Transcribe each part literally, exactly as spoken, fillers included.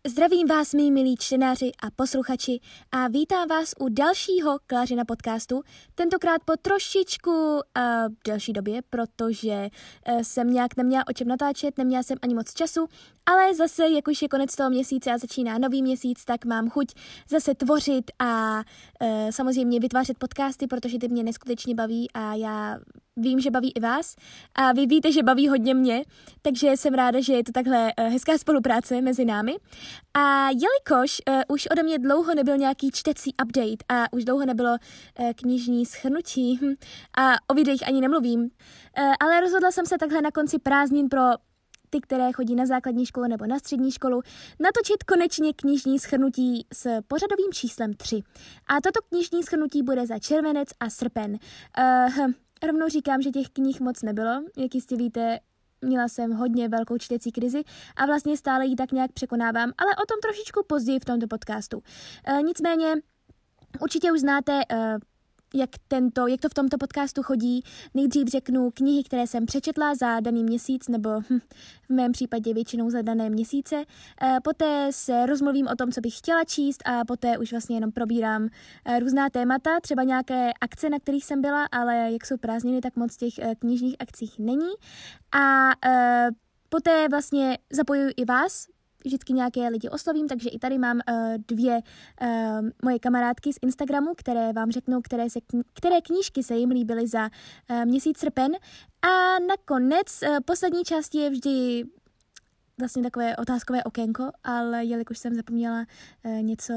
Zdravím vás, mý milí čtenáři a posluchači, a vítám vás u dalšího Klářina podcastu, tentokrát po trošičku uh, delší době, protože uh, jsem nějak neměla o čem natáčet, neměla jsem ani moc času, ale zase, jak už je konec toho měsíce a začíná nový měsíc, tak mám chuť zase tvořit a uh, samozřejmě vytvářet podcasty, protože ty mě neskutečně baví a já vím, že baví i vás a vy víte, že baví hodně mě, takže jsem ráda, že je to takhle uh, hezká spolupráce mezi námi. A jelikož uh, už ode mě dlouho nebyl nějaký čtecí update a už dlouho nebylo uh, knižní shrnutí hm, a o videích ani nemluvím, uh, ale rozhodla jsem se takhle na konci prázdnin pro ty, které chodí na základní školu nebo na střední školu, natočit konečně knižní shrnutí s pořadovým číslem tři. A toto knižní shrnutí bude za červenec a srpen. Uh, rovnou říkám, že těch knih moc nebylo, jak jistě víte. Měla jsem hodně velkou čtecí krizi a vlastně stále ji tak nějak překonávám, ale o tom trošičku později v tomto podcastu. E, nicméně určitě už znáte, e, jak, tento, jak to v tomto podcastu chodí. Nejdřív řeknu knihy, které jsem přečetla za daný měsíc, nebo hm, v mém případě většinou za dané měsíce. E, poté se rozmluvím o tom, co bych chtěla číst a poté už vlastně jenom probírám e, různá témata, třeba nějaké akce, na kterých jsem byla, ale jak jsou prázdniny, tak moc těch e, knižních akcích není. A e, poté vlastně zapojuji i vás, vždycky nějaké lidi oslovím, takže i tady mám uh, dvě uh, moje kamarádky z Instagramu, které vám řeknou, které, se, které knížky se jim líbily za uh, měsíc srpen. A nakonec uh, poslední části je vždy vlastně takové otázkové okénko, ale jelikož jsem zapomněla uh, něco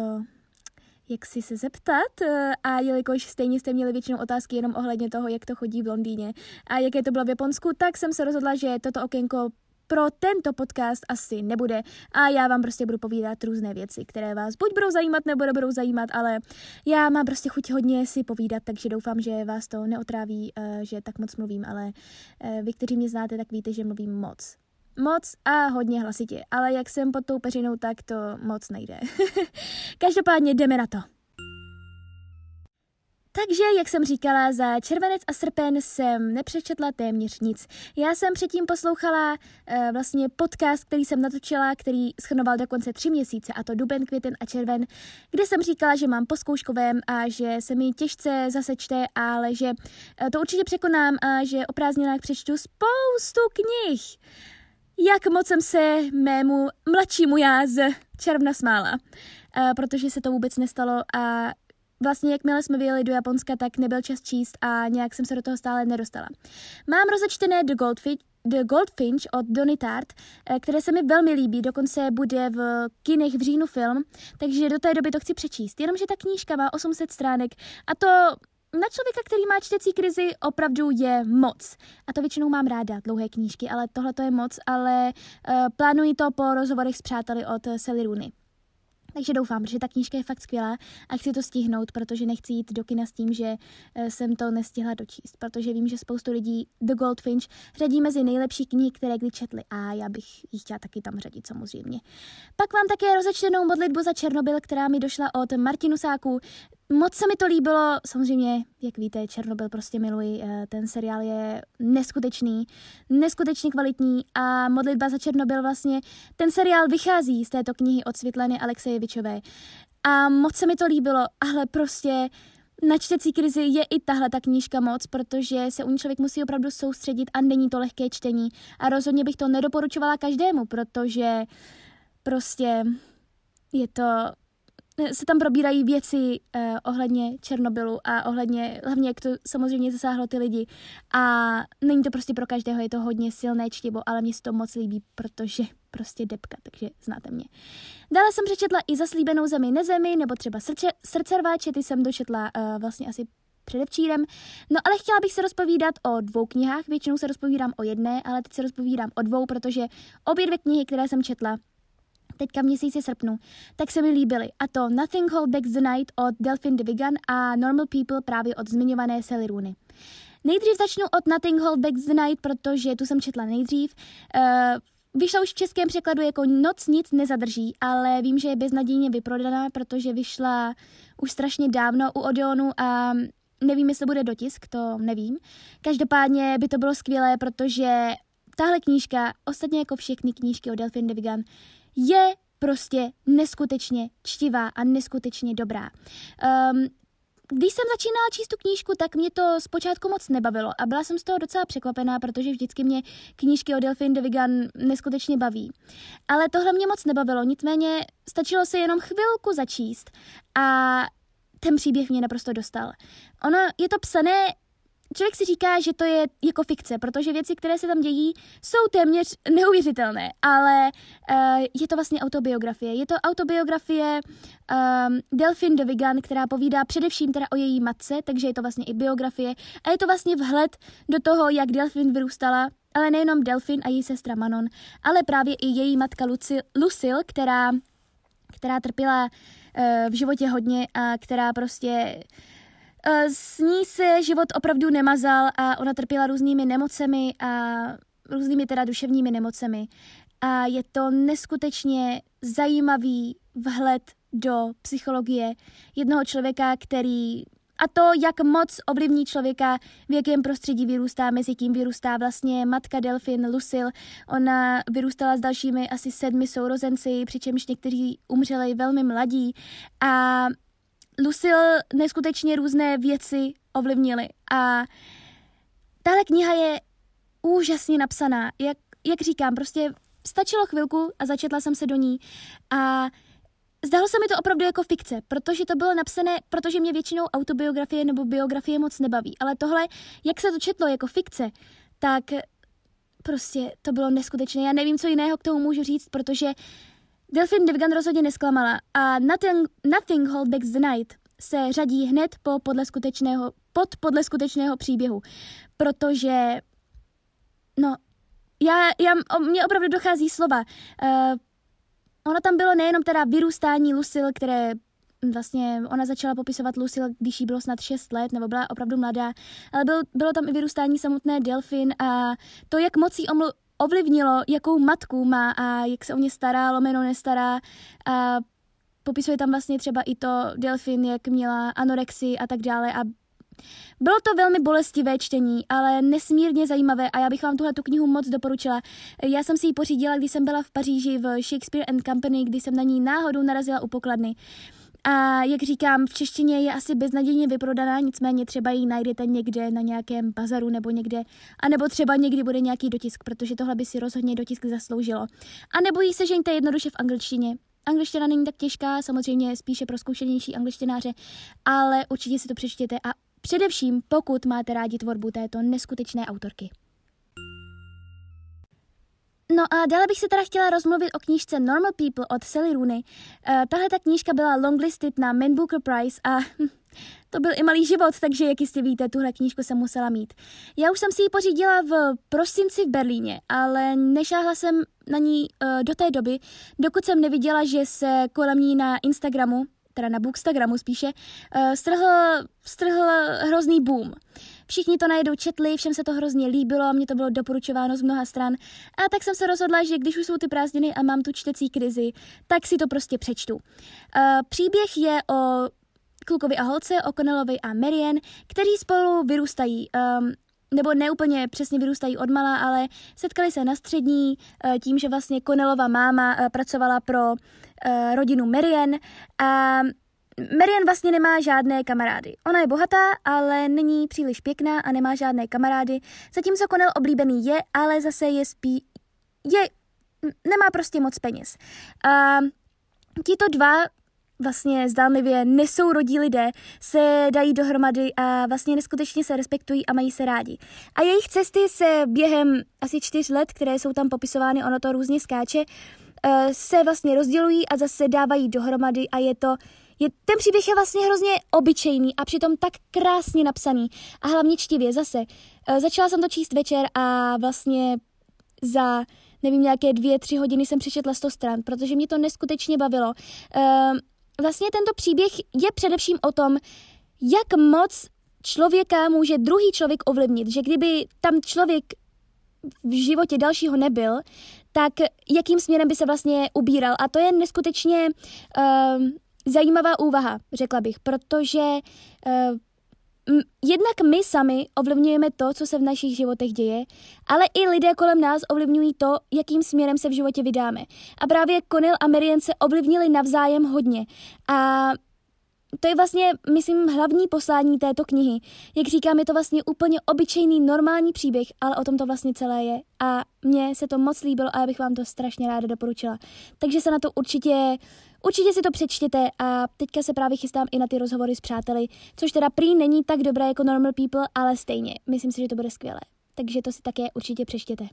jak si se zeptat a jelikož stejně jste měli většinou otázky jenom ohledně toho, jak to chodí v Londýně a jaké to bylo v Japonsku, tak jsem se rozhodla, že toto okénko pro tento podcast asi nebude a já vám prostě budu povídat různé věci, které vás buď budou zajímat, nebo nebudou zajímat, ale já mám prostě chuť hodně si povídat, takže doufám, že vás to neotráví, že tak moc mluvím, ale vy, kteří mě znáte, tak víte, že mluvím moc. Moc a hodně hlasitě, ale jak jsem pod tou peřinou, tak to moc nejde. Každopádně jdeme na to. Takže, jak jsem říkala, za červenec a srpen jsem nepřečetla téměř nic. Já jsem předtím poslouchala uh, vlastně podcast, který jsem natočila, který shrnoval dokonce tři měsíce, a to duben, květen a červen, kde jsem říkala, že mám po zkouškovém a že se mi těžce zase čte, ale že uh, to určitě překonám a že o prázdninách přečtu spoustu knih. Jak moc jsem se mému mladšímu já z června smála, uh, protože se to vůbec nestalo a vlastně jakmile jsme vyjeli do Japonska, tak nebyl čas číst a nějak jsem se do toho stále nedostala. Mám rozečtené The Goldfinch, The Goldfinch od Donny Tart, které se mi velmi líbí, dokonce bude v kinech v říjnu film, takže do té doby to chci přečíst. Jenomže ta knížka má osm set stránek a to na člověka, který má čtecí krizi, opravdu je moc. A to většinou mám ráda, dlouhé knížky, ale tohle to je moc, ale uh, plánuji to po rozhovorech s přáteli od Sally Rooney. Takže doufám, že ta knížka je fakt skvělá a chci to stihnout, protože nechci jít do kina s tím, že jsem to nestihla dočíst, protože vím, že spoustu lidí The Goldfinch řadí mezi nejlepší knihy, které kdy četli a já bych ji chtěla taky tam řadit samozřejmě. Pak mám také rozečtenou modlitbu za Černobyl, která mi došla od Martinusáků. Moc se mi to líbilo, samozřejmě, jak víte, Černobyl prostě miluji, ten seriál je neskutečný, neskutečně kvalitní a modlitba za Černobyl vlastně, ten seriál vychází z této knihy od Světlany Alexejevičové a moc se mi to líbilo, ale prostě na čtecí krizi je i tahle ta knížka moc, protože se u ní člověk musí opravdu soustředit a není to lehké čtení a rozhodně bych to nedoporučovala každému, protože prostě je to se tam probírají věci eh, ohledně Černobylu a ohledně, hlavně jak to samozřejmě zasáhlo ty lidi a není to prostě pro každého, je to hodně silné čtivo, ale mně se to moc líbí, protože prostě depka, takže znáte mě. Dále jsem přečetla i Zaslíbenou zemi nezemi, nebo třeba srdce, srdcerváče, ty jsem dočetla uh, vlastně asi předevčírem. No ale chtěla bych se rozpovídat o dvou knihách, většinou se rozpovídám o jedné, ale teď se rozpovídám o dvou, protože obě dvě knihy, které jsem četla teďka v měsíci srpnu, tak se mi líbily. A to Nothing Hold Back the Night od Delphine de Vigan a Normal People právě od zmiňované Sally Rooney. Nejdřív začnu od Nothing Hold Back the Night, protože tu jsem četla nejdřív. Uh, vyšla už v českém překladu jako Noc nic nezadrží, ale vím, že je beznadějně vyprodaná, protože vyšla už strašně dávno u Odeonu a nevím, jestli bude dotisk, to nevím. Každopádně by to bylo skvělé, protože tahle knížka, ostatně jako všechny knížky od Delphine de Vigan, je prostě neskutečně čtivá a neskutečně dobrá. Um, Když jsem začínala číst tu knížku, tak mě to zpočátku moc nebavilo a byla jsem z toho docela překvapená, protože vždycky mě knížky o Delphine de Vigan neskutečně baví. Ale tohle mě moc nebavilo, nicméně stačilo se jenom chvilku začíst a ten příběh mě naprosto dostal. Ono je to psané, člověk si říká, že to je jako fikce, protože věci, které se tam dějí, jsou téměř neuvěřitelné, ale uh, je to vlastně autobiografie. Je to autobiografie um, Delphine de Vigan, která povídá především teda o její matce, takže je to vlastně i biografie a je to vlastně vhled do toho, jak Delphine vyrůstala, ale nejenom Delphine a její sestra Manon, ale právě i její matka Luci- Lucille, která, která trpěla uh, v životě hodně a která prostě... S ní se život opravdu nemazal a ona trpěla různými nemocemi a různými teda duševními nemocemi. A je to neskutečně zajímavý vhled do psychologie jednoho člověka, který... A to, jak moc ovlivní člověka, v jakém prostředí vyrůstá, mezi kým vyrůstá vlastně matka Delphine, Lucille. Ona vyrůstala s dalšími asi sedmi sourozenci, přičemž někteří umřeli velmi mladí. A Lucille neskutečně různé věci ovlivnily a tahle kniha je úžasně napsaná. Jak, jak říkám, prostě stačilo chvilku a začetla jsem se do ní a zdálo se mi to opravdu jako fikce, protože to bylo napsané, protože mě většinou autobiografie nebo biografie moc nebaví, ale tohle, jak se to četlo jako fikce, tak prostě to bylo neskutečné. Já nevím, co jiného k tomu můžu říct, protože Delphine de Vigan rozhodně nesklamala a Nothing, Nothing Hold Back the Night se řadí hned po podle skutečného, pod podle skutečného příběhu, protože no, já, já, mně opravdu dochází slova. Uh, ono tam bylo nejenom teda vyrůstání Lucille, které vlastně ona začala popisovat Lucille, když jí bylo snad šest let, nebo byla opravdu mladá, ale bylo, bylo tam i vyrůstání samotné Delphine a to, jak moc jí omlu, ovlivnilo, jakou matku má a jak se o ně stará, lomeno nestará. A popisuje tam vlastně třeba i to Delphine, jak měla anorexii a tak dále. A bylo to velmi bolestivé čtení, ale nesmírně zajímavé a já bych vám tuhle tu knihu moc doporučila. Já jsem si ji pořídila, když jsem byla v Paříži v Shakespeare and Company, kdy jsem na ní náhodou narazila u pokladny. A jak říkám, v češtině je asi beznadějně vyprodaná, nicméně třeba ji najdete někde na nějakém bazaru nebo někde, anebo třeba někdy bude nějaký dotisk, protože tohle by si rozhodně dotisk zasloužilo. A nebo ji sežeňte jednoduše v angličtině. Angličtina není tak těžká, samozřejmě spíše pro zkušenější angličtináře, ale určitě si to přečtěte a především pokud máte rádi tvorbu této neskutečné autorky. No a dále bych se teda chtěla rozmluvit o knížce Normal People od Sally Rooney. Uh, tahle ta knížka byla longlisted na Man Booker Prize a to byl i malý život, takže jak jistě víte, tuhle knížku jsem musela mít. Já už jsem si ji pořídila v prosinci v Berlíně, ale nešáhla jsem na ní uh, do té doby, dokud jsem neviděla, že se kolem ní na Instagramu, teda na Bookstagramu spíše, uh, strhl, strhl hrozný boom. Všichni to najednou četli, všem se to hrozně líbilo, mě to bylo doporučováno z mnoha stran a tak jsem se rozhodla, že když už jsou ty prázdniny a mám tu čtecí krizi, tak si to prostě přečtu. Uh, příběh je o klukovi a holce, o Connellovi a Marian, kteří spolu vyrůstají, um, nebo neúplně přesně vyrůstají odmala, ale setkali se na střední uh, tím, že vlastně Connellova máma uh, pracovala pro uh, rodinu Marian a Marian vlastně nemá žádné kamarády. Ona je bohatá, ale není příliš pěkná a nemá žádné kamarády, zatímco Connell oblíbený je, ale zase je spí... je... nemá prostě moc peněz. A tito dva vlastně zdánlivě nesourodí lidé se dají dohromady a vlastně neskutečně se respektují a mají se rádi. A jejich cesty se během asi čtyř let, které jsou tam popisovány, ono to různě skáče, se vlastně rozdělují a zase dávají dohromady a je to Je, ten příběh je vlastně hrozně obyčejný a přitom tak krásně napsaný a hlavně čtivě zase. E, začala jsem to číst večer a vlastně za, nevím, nějaké dvě, tři hodiny jsem přečetla sto stran, protože mě to neskutečně bavilo. E, vlastně tento příběh je především o tom, jak moc člověka může druhý člověk ovlivnit, že kdyby tam člověk v životě dalšího nebyl, tak jakým směrem by se vlastně ubíral. A to je neskutečně... E, zajímavá úvaha, řekla bych, protože uh, jednak my sami ovlivňujeme to, co se v našich životech děje, ale i lidé kolem nás ovlivňují to, jakým směrem se v životě vydáme. A právě Connell a Marianne se ovlivnili navzájem hodně. A to je vlastně, myslím, hlavní poslání této knihy. Jak říkám, je to vlastně úplně obyčejný, normální příběh, ale o tom to vlastně celé je. A mně se to moc líbilo a já bych vám to strašně ráda doporučila. Takže se na to určitě, určitě si to přečtěte a teďka se právě chystám i na ty rozhovory s přáteli, což teda prý není tak dobré jako Normal People, ale stejně. Myslím si, že to bude skvělé. Takže to si také určitě přečtěte.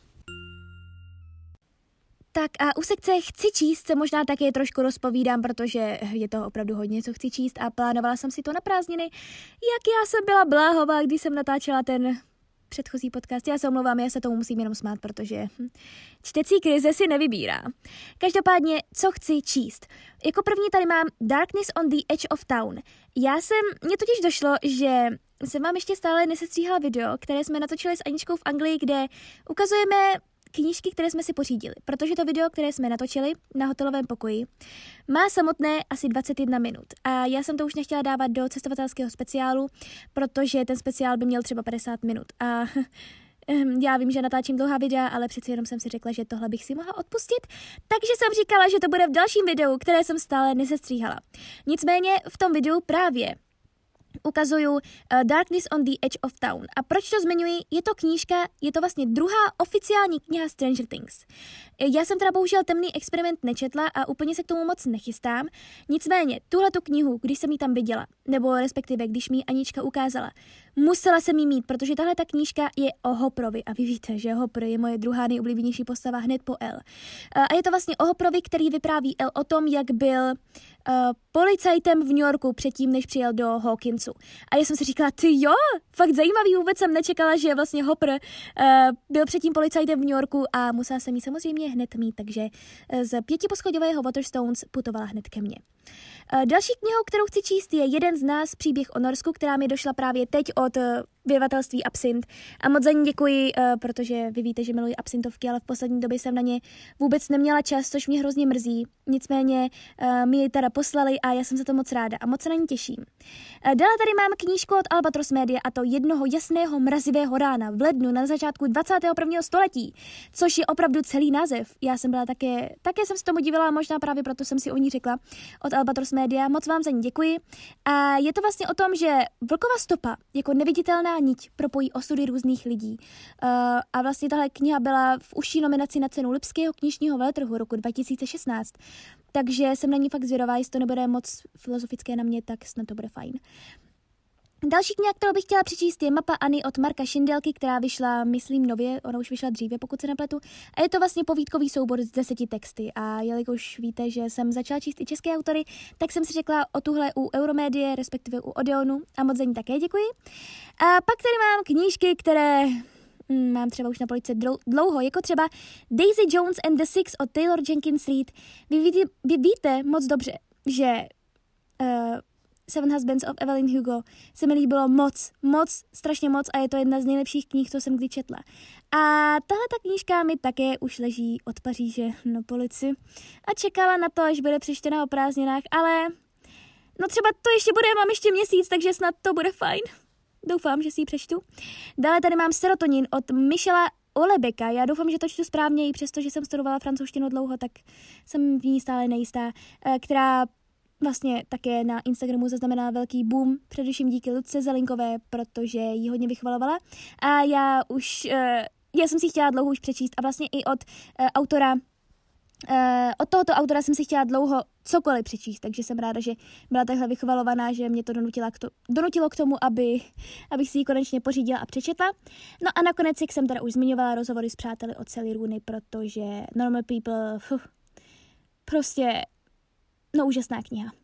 Tak a u sekce chci číst se možná také trošku rozpovídám, protože je to opravdu hodně, co chci číst a plánovala jsem si to na prázdniny, jak já jsem byla bláhová, když jsem natáčela ten předchozí podcast. Já se omlouvám, já se tomu musím jenom smát, protože čtecí krize si nevybírá. Každopádně, co chci číst? Jako první tady mám Darkness on the Edge of Town. Já jsem, mně totiž došlo, že jsem vám ještě stále nesestříhala video, které jsme natočili s Aničkou v Anglii, kde ukazujeme knížky, které jsme si pořídili, protože to video, které jsme natočili na hotelovém pokoji, má samotné asi dvacet jedna minut a já jsem to už nechtěla dávat do cestovatelského speciálu, protože ten speciál by měl třeba padesát minut a já vím, že natáčím dlouhá videa, ale přeci jenom jsem si řekla, že tohle bych si mohla odpustit, takže jsem říkala, že to bude v dalším videu, které jsem stále nesestříhala. Nicméně v tom videu právě ukazuju uh, Darkness on the Edge of Town. A proč to zmiňuji? Je to knížka, je to vlastně druhá oficiální kniha Stranger Things. Já jsem teda bohužel Temný experiment nečetla a úplně se k tomu moc nechystám. Nicméně, tuhletu knihu, když jsem ji tam viděla, nebo respektive když mi ji Anička ukázala, musela jsem ji mít, protože tahle ta knížka je o Hopperovi a vy víte, že Hopper je moje druhá nejoblíbenější postava hned po Elle. A je to vlastně o Hopperovi, který vypráví Elle o tom, jak byl uh, policajtem v New Yorku předtím, než přijel do Hawkinsu. A já jsem si říkala, ty jo, fakt zajímavý, vůbec jsem nečekala, že vlastně Hopper uh, byl předtím policajtem v New Yorku a musela jsem ji samozřejmě hned mít, takže z pětiposchodového Waterstones putovala hned ke mně. Další knihou, kterou chci číst, je Jeden z nás, příběh o Norsku, která mi došla právě teď od vydavatelství Absint. A moc za ní děkuji, protože vy víte, že miluji absintovky, ale v poslední době jsem na ně vůbec neměla čas, což mě hrozně mrzí. Nicméně mi ji teda poslali a já jsem za to moc ráda a moc se na ní těším. Dále tady mám knížku od Albatros Media a to Jednoho jasného mrazivého rána v lednu na začátku dvacátého prvního století, což je opravdu celý název. Já jsem byla také, také jsem se tomu divila, možná právě proto jsem si o ní řekla od Albatros Media. Moc vám za ní děkuji. A je to vlastně o tom, že vlkova stopa jako neviditelná niť propojí osudy různých lidí. Uh, a vlastně tahle kniha byla v užší nominaci na cenu Lipského knižního veletrhu roku dva tisíce šestnáct. Takže jsem na ní fakt zvědavá, jestli to nebude moc filozofické na mě, tak snad to bude fajn. Další kniha, kterou bych chtěla přečíst, je Mapa Anny od Marka Šindelky, která vyšla, myslím, nově, ona už vyšla dříve, pokud se nepletu. A je to vlastně povídkový soubor z deseti texty. A jelikož víte, že jsem začala číst i české autory, tak jsem si řekla o tuhle u Euromédie, respektive u Odeonu a moc za ní také děkuji. A pak tady mám knížky, které hmm, mám třeba už na poličce dlouho, jako třeba Daisy Jones and the Six od Taylor Jenkins Reid. Vy, víte, vy víte moc dobře, že Uh, Seven Husbands of Evelyn Hugo se mi líbilo moc, moc, strašně moc a je to jedna z nejlepších knih, co jsem kdy četla. A tahle ta knížka mi také už leží od Paříže na polici a čekala na to, až bude přečtena o prázdninách, ale no třeba to ještě bude, mám ještě měsíc, takže snad to bude fajn. Doufám, že si ji přečtu. Dále tady mám Serotonin od Michela Olebeka. Já doufám, že to čtu správně, i přesto, že jsem studovala francouzštinu dlouho, tak jsem v ní stále nejistá, která vlastně také na Instagramu zaznamenala velký boom, především díky Lucce Zelinkové, protože ji hodně vychvalovala. A já už, já jsem si chtěla dlouho už přečíst a vlastně i od autora, od tohoto autora jsem si chtěla dlouho cokoliv přečíst, takže jsem ráda, že byla takhle vychvalovaná, že mě to donutilo k, to, donutilo k tomu, aby, abych si ji konečně pořídila a přečetla. No a nakonec, jak jsem teda už zmiňovala, rozhovory s přáteli od Sally Rooney, protože Normal People, fuh, prostě no úžasná kniha.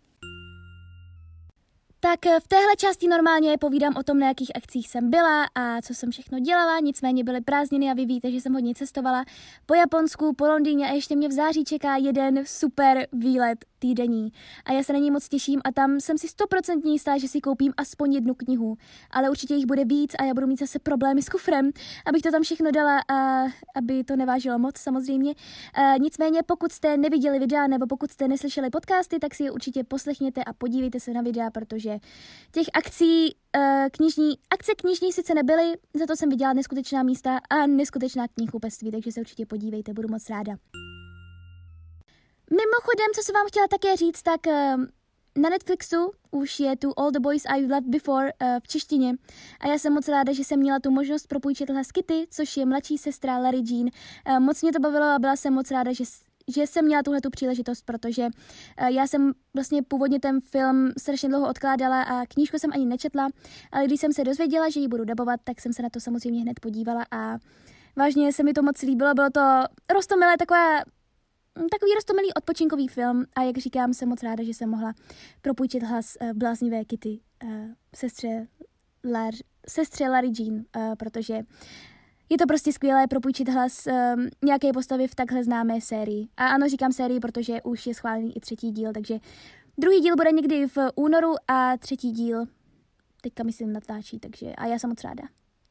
Tak v téhle části normálně povídám o tom, na jakých akcích jsem byla a co jsem všechno dělala, nicméně byly prázdniny a vy víte, že jsem hodně cestovala po Japonsku, po Londýně a ještě mě v září čeká jeden super výlet týdenní. A já se na něj moc těším a tam jsem si stoprocentně jistá, že si koupím aspoň jednu knihu, ale určitě jich bude víc a já budu mít zase problémy s kufrem, abych to tam všechno dala a aby to nevážilo moc samozřejmě. A nicméně pokud jste neviděli videa nebo pokud jste neslyšeli podcasty, tak si je určitě poslechněte a podívejte se na videa, protože těch akcí uh, knižní, akce knižní sice nebyly, za to jsem viděla neskutečná místa a neskutečná knihkupectví, takže se určitě podívejte, budu moc ráda. Mimochodem, co jsem vám chtěla také říct, tak uh, na Netflixu už je tu All the Boys I Loved Before uh, v češtině a já jsem moc ráda, že jsem měla tu možnost propůjčit hlas Kitty, což je mladší sestra Larry Jean. Uh, moc mě to bavilo a byla jsem moc ráda, že že jsem měla tuhletu příležitost, protože uh, já jsem vlastně původně ten film strašně dlouho odkládala a knížku jsem ani nečetla, ale když jsem se dozvěděla, že ji budu dabovat, tak jsem se na to samozřejmě hned podívala a vážně se mi to moc líbilo, bylo to roztomilé, takové, takový roztomilý odpočinkový film a jak říkám, jsem moc ráda, že jsem mohla propůjčit hlas uh, bláznivé Kitty, uh, sestře, Lar, sestře Larry Jean, uh, protože je to prostě skvělé propůjčit hlas um, nějaké postavy v takhle známé sérii. A ano, říkám sérii, protože už je schválený i třetí díl, takže druhý díl bude někdy v únoru a třetí díl teďka myslím natáčí, takže a já jsem moc ráda.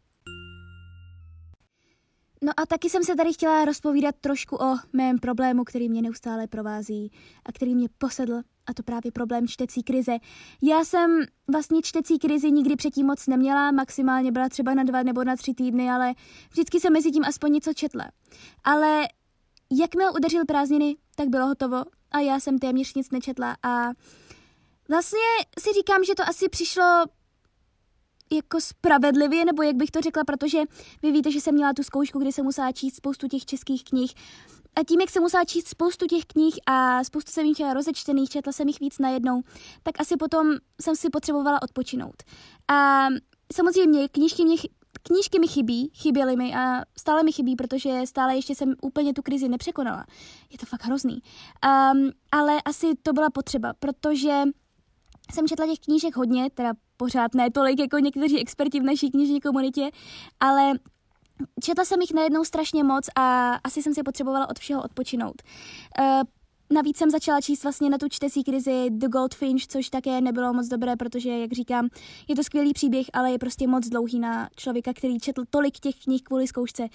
No a taky jsem se tady chtěla rozpovídat trošku o mém problému, který mě neustále provází a který mě posedl, a to právě problém čtecí krize. Já jsem vlastně čtecí krizi nikdy předtím moc neměla, maximálně byla třeba na dva nebo na tři týdny, ale vždycky jsem mezi tím aspoň něco četla. Ale jakmile udeřil prázdniny, tak bylo hotovo a já jsem téměř nic nečetla a vlastně si říkám, že to asi přišlo jako spravedlivě, nebo jak bych to řekla, protože vy víte, že jsem měla tu zkoušku, kde jsem musela číst spoustu těch českých knih. A tím, jak jsem musela číst spoustu těch knih a spoustu jsem jich chtěla rozečtených, četla jsem jich víc najednou, tak asi potom jsem si potřebovala odpočinout. A samozřejmě knížky, mě, knížky mi chybí, chyběly mi a stále mi chybí, protože stále ještě jsem úplně tu krizi nepřekonala. Je to fakt hrozný. Um, ale asi to byla potřeba, protože jsem četla těch knížek hodně, teda pořád ne tolik jako někteří experti v naší knižní komunitě, ale četla jsem jich najednou strašně moc a asi jsem si potřebovala od všeho odpočinout. Uh, navíc jsem začala číst vlastně na tu čtecí krizi The Goldfinch, což také nebylo moc dobré, protože, jak říkám, je to skvělý příběh, ale je prostě moc dlouhý na člověka, který četl tolik těch knih kvůli zkoušce.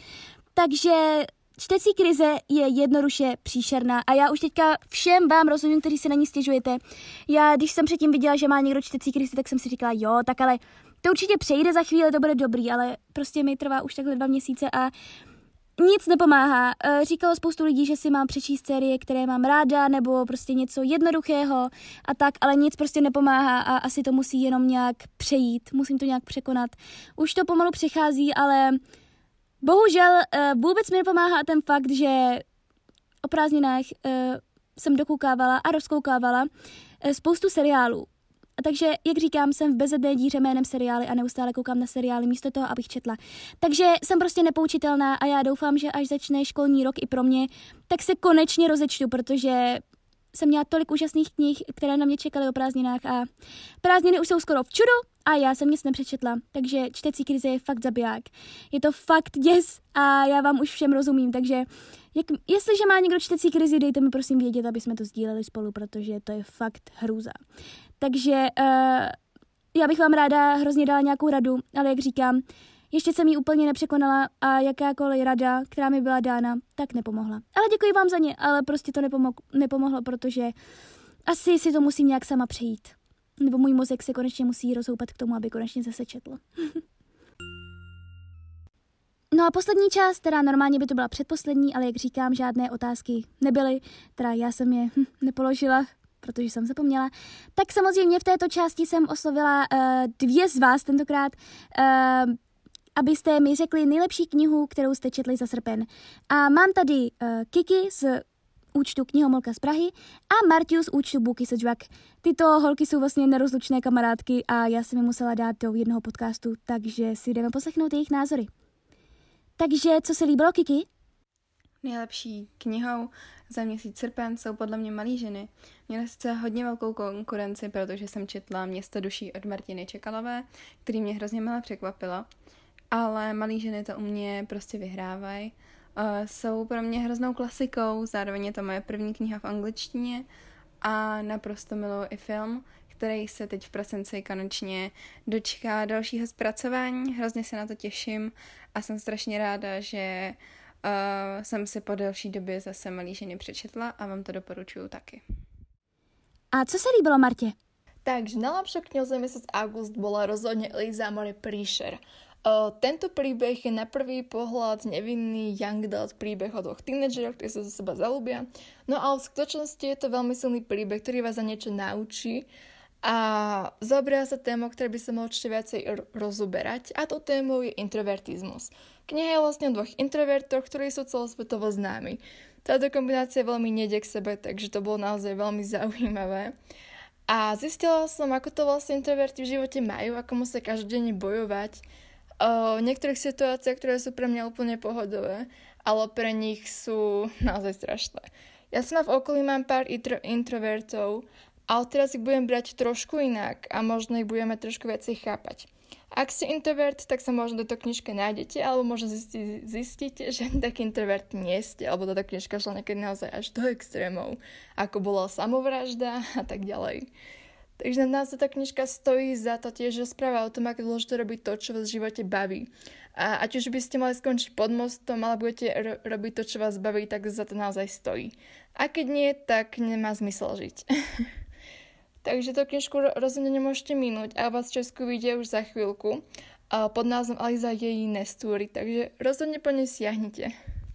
Takže čtecí krize je jednoduše příšerná a já už teďka všem vám rozumím, kteří si na ní stěžujete. Já, když jsem předtím viděla, že má někdo čtecí krizi, tak jsem si říkala, jo, tak ale to určitě přejde za chvíli, to bude dobrý, ale prostě mi trvá už takhle dva měsíce a nic nepomáhá. Říkalo spoustu lidí, že si mám přečíst série, které mám ráda, nebo prostě něco jednoduchého a tak, ale nic prostě nepomáhá a asi to musí jenom nějak přejít, musím to nějak překonat. Už to pomalu přichází, ale bohužel vůbec mi nepomáhá ten fakt, že o prázdninách jsem dokoukávala a rozkoukávala spoustu seriálů. Takže, jak říkám, jsem v bezedné díře jménem seriály a neustále koukám na seriály místo toho, abych četla. Takže jsem prostě nepoučitelná a já doufám, že až začne školní rok i pro mě, tak se konečně rozečtu, protože jsem měla tolik úžasných knih, které na mě čekaly o prázdninách a prázdniny už jsou skoro v čudu a já jsem nic nepřečetla, takže čtecí krize je fakt zabiják. Je to fakt děs a já vám už všem rozumím, takže jak, jestliže má někdo čtecí krizi, dejte mi prosím vědět, aby jsme to sdíleli spolu, protože to je fakt hrůza. Takže uh, já bych vám ráda hrozně dala nějakou radu, ale jak říkám, ještě jsem ji úplně nepřekonala a jakákoliv rada, která mi byla dána, tak nepomohla. Ale děkuji vám za ně, ale prostě to nepomo- nepomohlo, protože asi si to musím nějak sama přejít. Nebo můj mozek se konečně musí rozhoupat k tomu, aby konečně zase četl. No a poslední část, teda normálně by to byla předposlední, ale jak říkám, žádné otázky nebyly, teda já jsem je hm, nepoložila, protože jsem zapomněla. Tak samozřejmě v této části jsem oslovila uh, dvě z vás tentokrát, uh, abyste mi řekli nejlepší knihu, kterou jste četli za srpen. A mám tady uh, Kiki z účtu Knihomolka z Prahy a Martiu z účtu Booky se Džvak. Tyto holky jsou vlastně nerozlučné kamarádky a já jsem je musela dát do jednoho podcastu, takže si jdeme poslechnout jejich názory. Takže, co se líbilo, Kiki? Nejlepší knihou za měsíc srpen jsou podle mě Malý ženy. Měla sice hodně velkou konkurenci, protože jsem četla Město duší od Martiny Čekalové, který mě hrozně milé překvapilo, ale Malý ženy to u mě prostě vyhrávají. Uh, jsou pro mě hroznou klasikou, zároveň je to moje první kniha v angličtině a naprosto miluji i film, který se teď v prosinci konečně dočká dalšího zpracování. Hrozně se na to těším a jsem strašně ráda, že uh, jsem si po delší době zase Malý ženy přečetla a vám to doporučuju taky. A co se líbilo Martě? Takže najlepšou knihu za mesiac august bola rozhodne Elisa Amore Príšer. Uh, tento príbeh je na prvý pohľad nevinný young adult príbeh o dvoch tínedžeroch, ktorí sa zo seba zalúbia. No ale v skutočnosti je to veľmi silný príbeh, ktorý vás za niečo naučí a zaoberá sa témou, ktoré by sa mohlo určite viacej r- rozoberať, a to témou je introvertizmus. Kniha je vlastne o dvoch introvertoch, ktorí sú celosvetovo známi. Táto kombinácia veľmi nejde k sebe, takže to bolo naozaj veľmi zaujímavé. A zistila som, ako to vlastne introverti v živote majú, ako musia každodenne bojovať o niektorých situáciách, ktoré sú pre mňa úplne pohodové, ale pre nich sú naozaj strašné. Ja som v okolí mám pár intro- introvertov, ale teraz ich budem brať trošku inak a možno ich budeme trošku viacej chápať. Ak ste introvert, tak sa možno do tej knižke nájdete, alebo možno zisti- zistíte, že taký introvert nie ste, alebo táto knižka šla niekedy naozaj až do extrémov, ako bola samovražda a tak ďalej. Takže na nás tá knižka stojí za to, tiež rozpráva o tom, ako je dôležité robiť to, čo vás v živote baví. A ať už by ste mali skončiť pod mostom, ale budete ro- robiť to, čo vás baví, tak za to naozaj stojí. A keď nie, tak nemá zmysel žiť. Takže tú knižku rozhodne nemôžete minúť a vás v Česku vidia už za chvíľku pod názvom Eliza její nestúry, takže rozhodne po nej siahnite.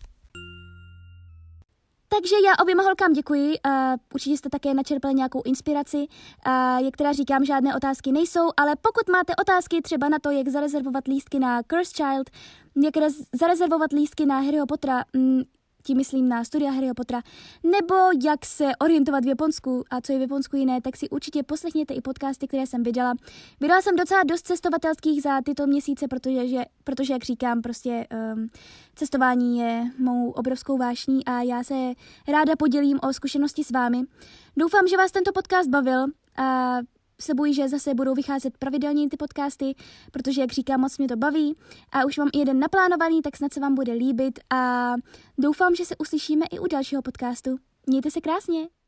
Takže já oběma holkám děkuji, uh, určitě jste také načerpali nějakou inspiraci, uh, jak teda říkám, žádné otázky nejsou, ale pokud máte otázky třeba na to, jak zarezervovat lístky na Cursed Child, jak rez- zarezervovat lístky na Harryho Pottera, mm, tím myslím na studia Harryho Pottera, nebo jak se orientovat v Japonsku a co je v Japonsku jiné, tak si určitě poslechněte i podcasty, které jsem vydala. Vydala jsem docela dost cestovatelských za tyto měsíce, protože, že, protože jak říkám, prostě um, cestování je mou obrovskou vášní a já se ráda podělím o zkušenosti s vámi. Doufám, že vás tento podcast bavil a slibuji, že zase budou vycházet pravidelně ty podcasty, protože, jak říkám, moc mě to baví a už mám i jeden naplánovaný, tak snad se vám bude líbit a doufám, že se uslyšíme i u dalšího podcastu. Mějte se krásně!